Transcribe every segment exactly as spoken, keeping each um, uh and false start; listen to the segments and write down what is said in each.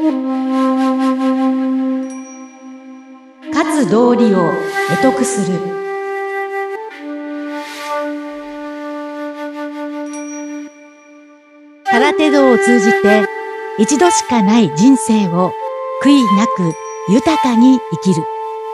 勝つ道理を得得する。空手道を通じて一度しかない人生を悔いなく豊かに生きる。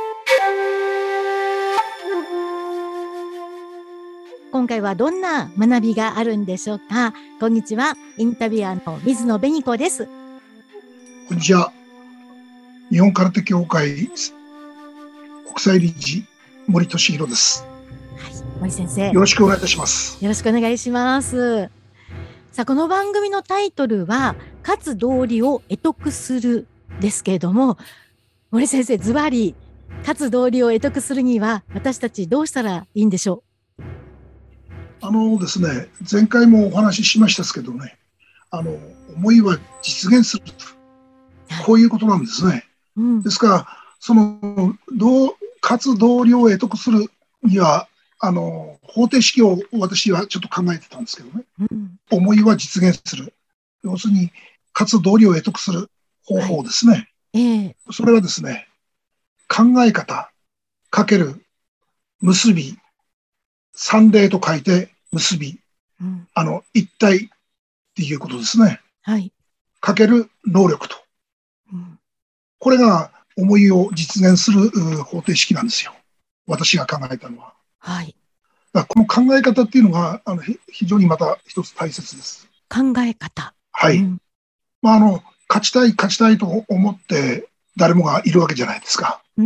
今回はどんな学びがあるんでしょうか。こんにちは、インタビュアーの水野紅子です。 こんにちは。日本空手協会国際理事森俊弘です。 はい、森先生、 よろしくお願いいたします。 よろしくお願いします。さあ、この番組のタイトルは勝つ道理を得得するですけれども、森先生、ズバリ勝つ道理を得得するには私たちどうしたらいいんでしょう。 あのですね、前回もお話ししましたけどね、あの思いは実現すると、こういうことなんですね。うん、ですからそのどう勝つ道理を得得するにはあの方程式を私はちょっと考えてたんですけどね、うん、思いは実現する、要するに勝つ道理を得得する方法ですね、はいえー、それはですね、考え方かける結び、三例と書いて結び、うん、あの一体っていうことですね、はい、かける能力と、うん、これが思いを実現する方程式なんですよ、私が考えたのは。はい、だからこの考え方っていうのがあの非常にまた一つ大切です。 考え方。 はい。うん、まあ、あの勝ちたい勝ちたいと思って誰もがいるわけじゃないですか。うん、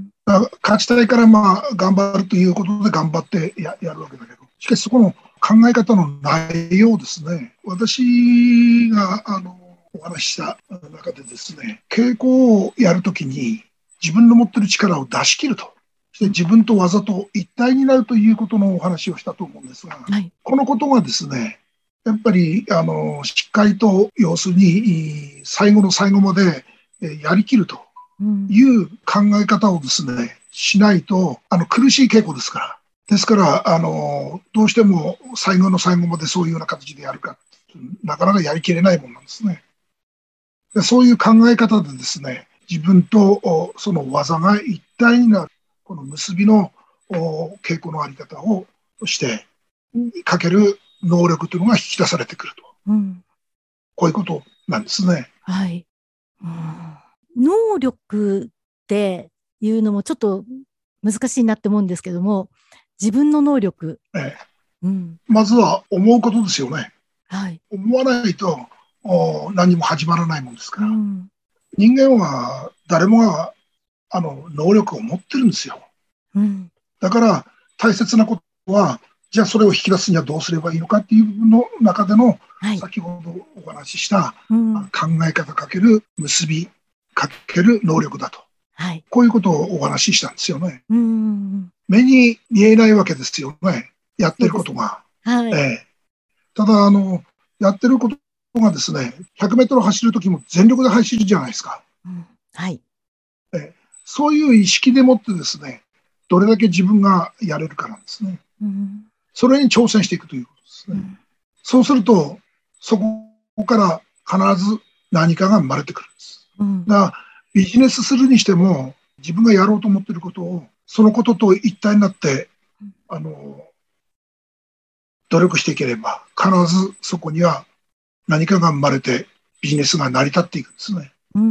だから勝ちたいからまあ頑張るということで頑張ってや、やるわけだけど、しかしそこの考え方の内容ですね。私があのお話しした中でですね、稽古をやるときに自分の持っている力を出し切ると。で自分と技と一体になるということのお話をしたと思うんですが、はい、このことがですね、やっぱりあのしっかりと要するに最後の最後までやりきるという考え方をですねしないと、あの苦しい稽古ですから、ですからあのどうしても最後の最後までそういうような形でやるかなかなかやりきれないものなんですね。でそういう考え方でですね、自分とその技が一体になる、この結びの稽古のあり方をしてかける能力というのが引き出されてくると、うん、こういうことなんですね。 はい、うん、能力っていうのもちょっと難しいなって思うんですけども、自分の能力、ええうん、まずは思うことですよね。はい、思わないと何も始まらないもんですから、うん、人間は誰もがあの能力を持ってるんですよ。うん、だから大切なことは、じゃあそれを引き出すにはどうすればいいのかっていう部分の中での、はい、先ほどお話しした、うん、考え方かける結びかける能力だと、はい、こういうことをお話ししたんですよね。うん、目に見えないわけですよね、やってることが。はい、えー、ただあのやってることがですね、ひゃくメートル走るときも全力で走るじゃないですか。うん、はい、えー、そういう意識でもってですね、どれだけ自分がやれるかなんですね。うん、それに挑戦していくということですね。うん、そうすると、そこから必ず何かが生まれてくるんです。うん、だからビジネスするにしても、自分がやろうと思っていることを、そのことと一体になって、あの、努力していければ、必ずそこには何かが生まれて、ビジネスが成り立っていくんですね。うん、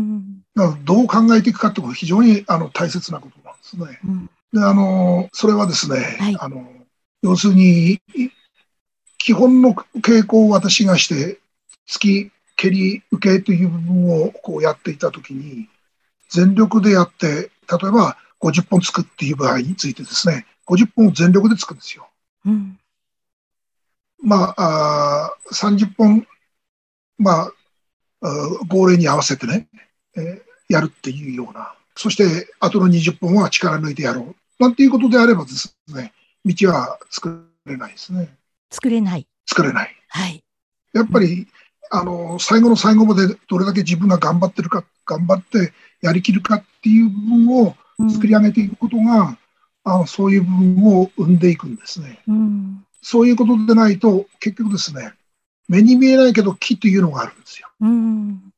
だからどう考えていくかってことが非常にあの大切なことなんですね。うん、であのそれはですね、はい、あの要するに基本の傾向を私がして突き蹴り受けという部分をこうやっていたときに、全力でやって、例えばごじゅっぽんつくっていう場合についてですね、ごじゅっぽんを全力でつくんですよ。うん、まあ、あさんじゅっぽん、まあ、号令に合わせてね、えー、やるっていうような、そしてあとのにじゅっぽんは力抜いてやろうなんていうことであればですね、道は作れないですね。 作れない。 作れない。 はい。 やっぱり、うん、あの最後の最後までどれだけ自分が頑張ってるか、頑張ってやりきるかっていう部分を作り上げていくことが、うん、あのそういう部分を生んでいくんですね。うん、そういうことでないと結局ですね、目に見えないけど木というのがあるんですよ。うん、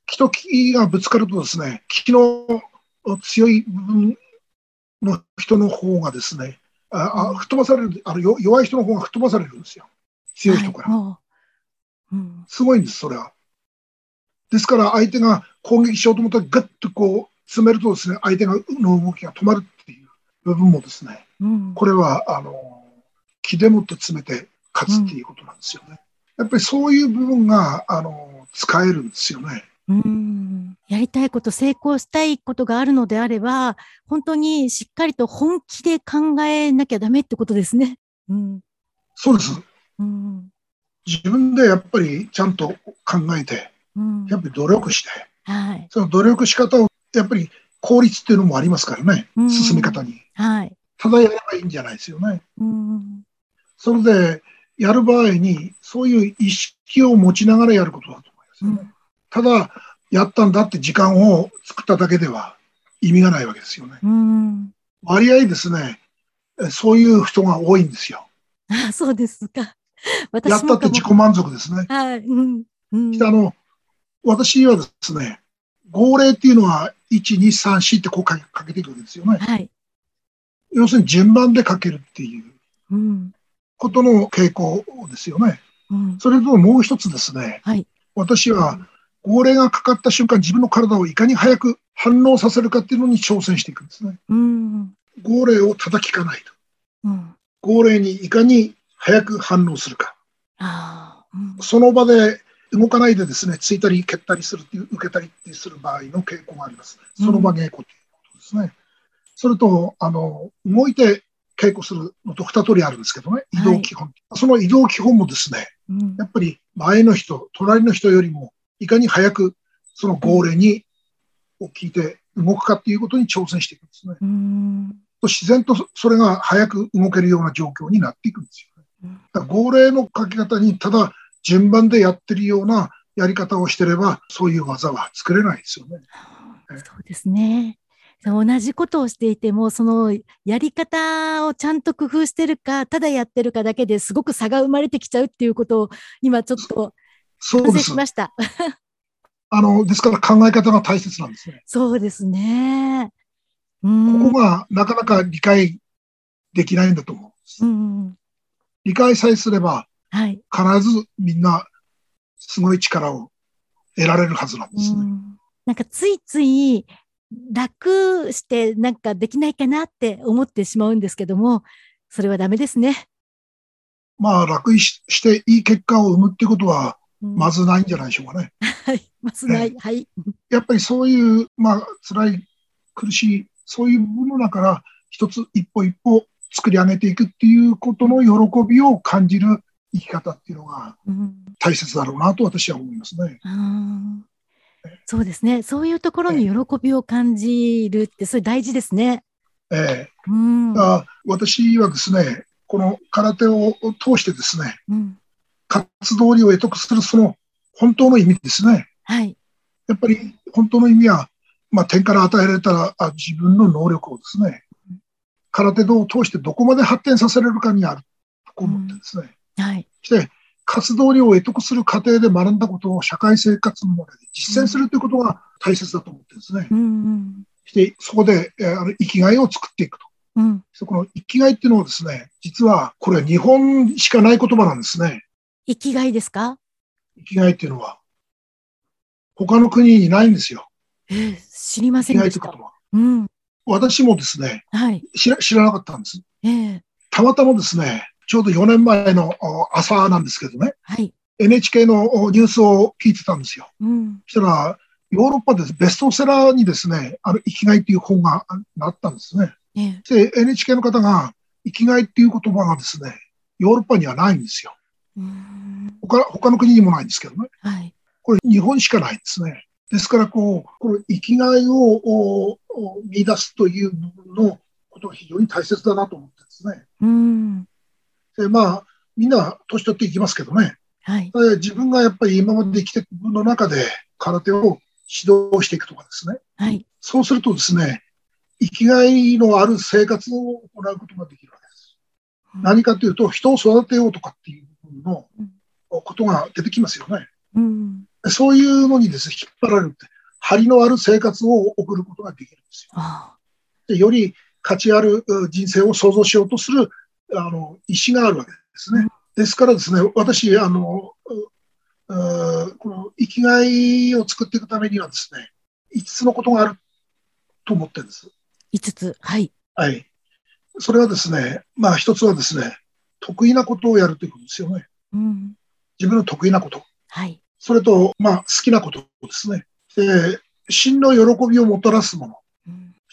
木と木がぶつかるとですね、木の強い部分の人の方がですね、ああ吹っ飛ばされる、あの弱い人の方が吹っ飛ばされるんですよ。強い人から。はい、うん、すごいんです、それは。ですから相手が攻撃しようと思ったら、ぐっとこう詰めるとですね、相手の動きが止まるっていう部分もですね、うん、これはあの木でもって詰めて勝つっていうことなんですよね。うん、やっぱりそういう部分があの使えるんですよね。 うん、やりたいこと、成功したいことがあるのであれば、本当にしっかりと本気で考えなきゃダメってことですね。うん、 そうです、うん。自分でやっぱりちゃんと考えて、うん、やっぱり努力して、はい、その努力し方をやっぱり効率っていうのもありますからね、うん、進み方に、はい。ただやればいいんじゃないですよね。うん、それでやる場合にそういう意識を持ちながらやることだと思いますよね。うん、ただやったんだって時間を作っただけでは意味がないわけですよね。うん、割合ですね、そういう人が多いんですよ。 あ、そうですか。 やったって自己満足ですね。はい、うんうん、あの私はですね、号令っていうのは、いち、に、さん、よんってこうかけていくわけですよね。はい、要するに順番でかけるっていうことの傾向ですよね。うん、それともう一つですね、はい、私は号令がかかった瞬間、自分の体をいかに早く反応させるかっていうのに挑戦していくんですね。うん、号令を叩きかないと。うん、号令にいかに早く反応するか。あ、うん、その場で動かないでですね、ついたり蹴ったりするっていう、受けたりする場合の傾向があります。その場稽古ということですね。うん、それと、あの、動いて稽古するのと二通りあるんですけどね、移動基本。はい、その移動基本もですね、うん、やっぱり前の人、隣の人よりも、いかに早くその号令に、を聞いて動くかっていうことに挑戦していくんですね。うん、自然とそれが早く動けるような状況になっていくんですよね。だから号令の書き方にただ順番でやってるようなやり方をしてれば、そういう技は作れないですよね。 そうですね。同じことをしていても、そのやり方をちゃんと工夫してるか、ただやってるかだけですごく差が生まれてきちゃうっていうことを今ちょっと反省しました。 あのですから考え方が大切なんですね。 そうですね。 うん、ここがなかなか理解できないんだと思うんです。うん、理解さえすれば、はい、必ずみんなすごい力を得られるはずなんですね。うん、 なんかついつい楽してなんかできないかなって思ってしまうんですけども、それはダメですね。 まあ楽ししていい結果を生むっていうことはまずないんじゃないでしょうかね。 はい、まずない。はい。 やっぱりそういうまあ辛い苦しいそういう部分の中から一つ一歩一歩作り上げていくっていうことの喜びを感じる生き方っていうのが大切だろうなと私は思いますね。うん、 そうですね。そういうところに喜びを感じるってそれ大事ですね。 ええ、うん、あ、私はですね、この空手を通してですね、うん、活動理を得得するその本当の意味ですね。はい、やっぱり本当の意味は、まあ、天から与えられたあ自分の能力をですね、うん、空手道を通してどこまで発展させられるかにあると思ってですね、うん、はい、して活動理を得得する過程で学んだことを社会生活の中で実践するということが大切だと思ってですね、うんうん、してそこで、えー、生きがいを作っていくと。うん、そこの生きがいっていうのはですね、実はこれは日本しかない言葉なんですね。 生きがいですか？ 生きがいっていうのは他の国にないんですよ。 えー、知りませんでした。生きがいって言葉。うん、 私もですね、はい、知ら、知らなかったんです。えー、たまたまですね、ちょうどよねんまえの朝なんですけどね、はい、エヌエイチケー のニュースを聞いてたんですよ。うん、そしたらヨーロッパでベストセラーにですね、あの生きがいっていう本がなったんですね。えー、で エヌエイチケー の方が生きがいっていう言葉がですね、ヨーロッパにはないんですよ。うん、他, 他の国にもないんですけどね。はい、これ日本しかないんですね。ですからこう、この生きがいを見出すという部分のことが非常に大切だなと思ってですね。うん、でまあ、みんな年取っていきますけどね。はい、自分がやっぱり今まで生きていく分の中で空手を指導していくとかですね。はい、そうするとですね、生きがいのある生活を行うことができるわけです。うん、何かというと、人を育てようとかっていう部分のことが出てきますよね。うん、 そういうのにですね、引っ張られるって、張りのある生活を送ることができるんですよ。でより価値ある人生を創造しようとするあの意思があるわけですね。うん、ですからですね、私、あの、この生きがいを作っていくためにはですね、いつつのことがあると思ってるんです。 いつつ、はい。 はい。それはですね、まあ一つはですね、得意なことをやるということですよね。うん、自分の得意なこと。はい。それと、まあ好きなことですね。で、真の喜びをもたらすもの。うん、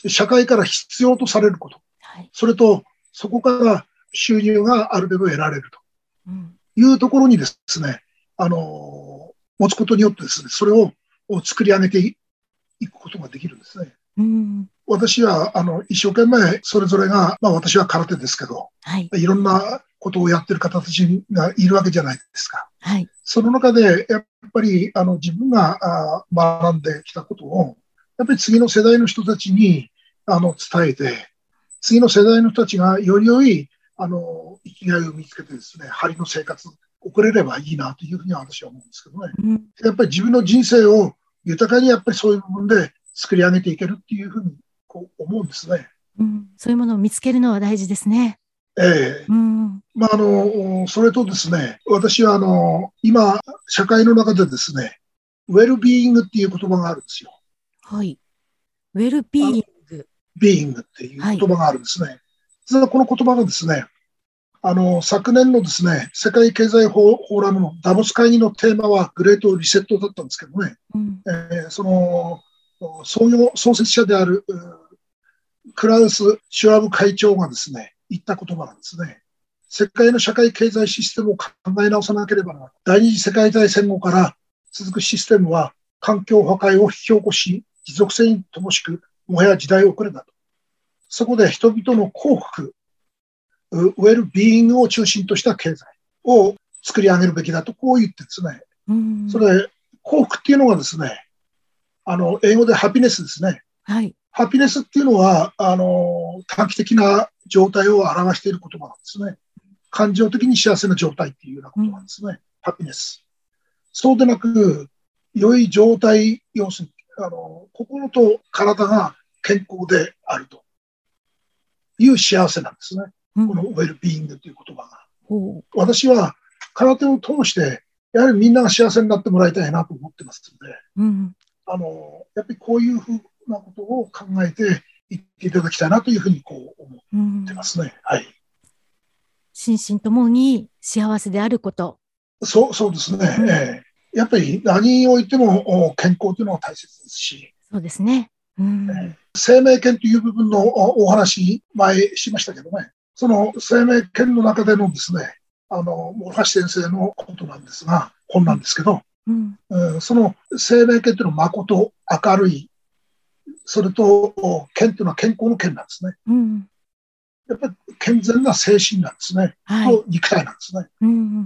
社会から必要とされること。はい、それと、そこから収入がある程度得られるというところにですね、あの、持つことによってですね、それを作り上げていくことができるんですね。うん、私はあの一生懸命それぞれが、まあ、私は空手ですけど、はい、いろんなことをやってる方たちがいるわけじゃないですか。はい、その中でやっぱりあの自分があ学んできたことをやっぱり次の世代の人たちにあの伝えて、次の世代の人たちがより良いあの生きがいを見つけてですね、張りの生活を送れればいいなというふうには私は思うんですけどね。うん、やっぱり自分の人生を豊かにやっぱりそういう部分で作り上げていけるっていうふうにこう思うんですね。 うん、そういうものを見つけるのは大事ですね。 ええうん、まああのそれとですね、私はあの今社会の中でですね、ウェルビーイングっていう言葉があるんですよ。 はい。ウェルビーイング。 ビーイングっていう言葉があるんですね。はい、実はこの言葉がですね、あの昨年のですね、世界経済フォーラムのダボス会議のテーマはグレートリセットだったんですけどね、うんえー、その創業創設者であるクラウス・シュワブ会長がですね、言った言葉なんですね。世界の社会経済システムを考え直さなければならない。第二次世界大戦後から続くシステムは環境破壊を引き起こし、持続性に乏しく、もはや時代遅れだと。そこで人々の幸福、ウェルビーイングを中心とした経済を作り上げるべきだと、こう言ってですね。それ、幸福っていうのがですね、あの、英語でハピネスですね。はい。ハピネスっていうのは、あの、短期的な状態を表している言葉なんですね。感情的に幸せな状態っていうようなことなんですね。うん、ハピネス。そうでなく、良い状態、要するに、あの、心と体が健康であるという幸せなんですね。うん、このウェルビーイングという言葉が。うん、私は空手を通して、やはりみんなが幸せになってもらいたいなと思ってますので、うん、あの、やっぱりこういうふうなことを考えていっていただきたいなというふうにこう思ってますね。うん、はい。 心身ともに幸せであること。 そう、そうですね。うん、えー、やっぱり何においても健康というのは大切ですし。 そうですね。うんえー、生命権という部分のお話、前しましたけどね。その生命権の中でのですね、あの、諸橋先生のことなんですが、本なんですけど、うんうん、その生命権というのは誠、明るい、それと健というのは健康の健なんですね。うん、やっぱり健全な精神なんですね。はい、と肉体なんですね。うん、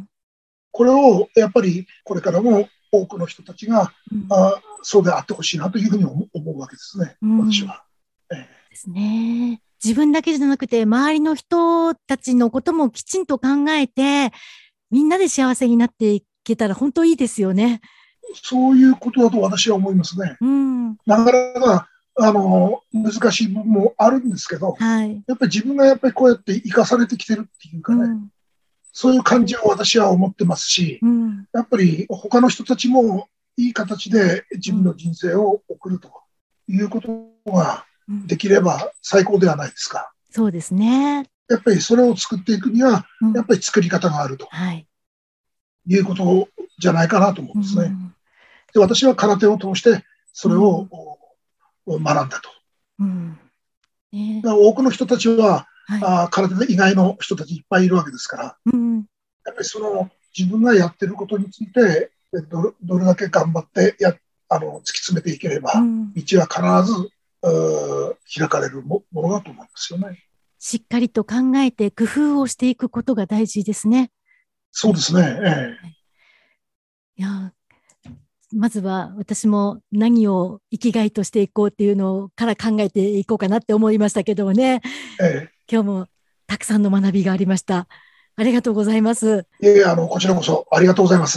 これをやっぱりこれからも多くの人たちが、うん、あそうであってほしいなというふうに思うわけですね、うん、私は。 えー、ですね。自分だけじゃなくて周りの人たちのこともきちんと考えてみんなで幸せになっていけたら本当いいですよね。 そういうことだと私は思いますね。うん、なかなかあの難しい部分もあるんですけど、はい、やっぱり自分がやっぱりこうやって生かされてきてるっていうかね、うん、そういう感じを私は思ってますし、うん、やっぱり他の人たちもいい形で自分の人生を送るということができれば最高ではないですか。 うん、そうですね。 やっぱりそれを作っていくには、やっぱり作り方があると、はい、いうことじゃないかなと思うんですね。うん、で私は空手を通してそれを、うん、学んだと。うんね、多くの人たちは、はい、あ空手で以外の人たちいっぱいいるわけですから、うん、やっぱりその自分がやってることについて ど, どれだけ頑張ってやあの突き詰めていければ、うん、道は必ず開かれる も, ものだと思うんですよね。 しっかりと考えて工夫をしていくことが大事ですね。 そうですね。ええ、 いやまずは私も何を生きがいとしていこうっていうのから考えていこうかなって思いましたけどもね、ええ、今日もたくさんの学びがありました。ありがとうございます。 いえいえ、あのこちらこそありがとうございます。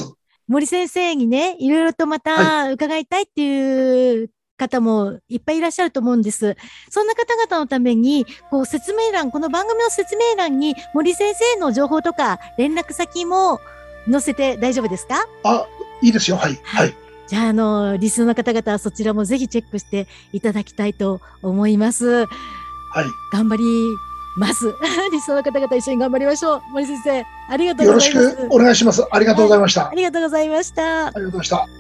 森先生にね、いろいろとまた伺いたいっていう方もいっぱいいらっしゃると思うんです。そんな方々のために、こう説明欄、この番組の説明欄に森先生の情報とか連絡先も載せて大丈夫ですか？ あ、いいですよ。はい。はい。はい、 じゃあ、あの、リスナーの方々はそちらもぜひチェックしていただきたいと思います。はい。頑張ります。リスナーの方々一緒に頑張りましょう。森先生、ありがとうございます。 よろしくお願いします。ありがとうございました。はい、 ありがとうございました。 ありがとうございました。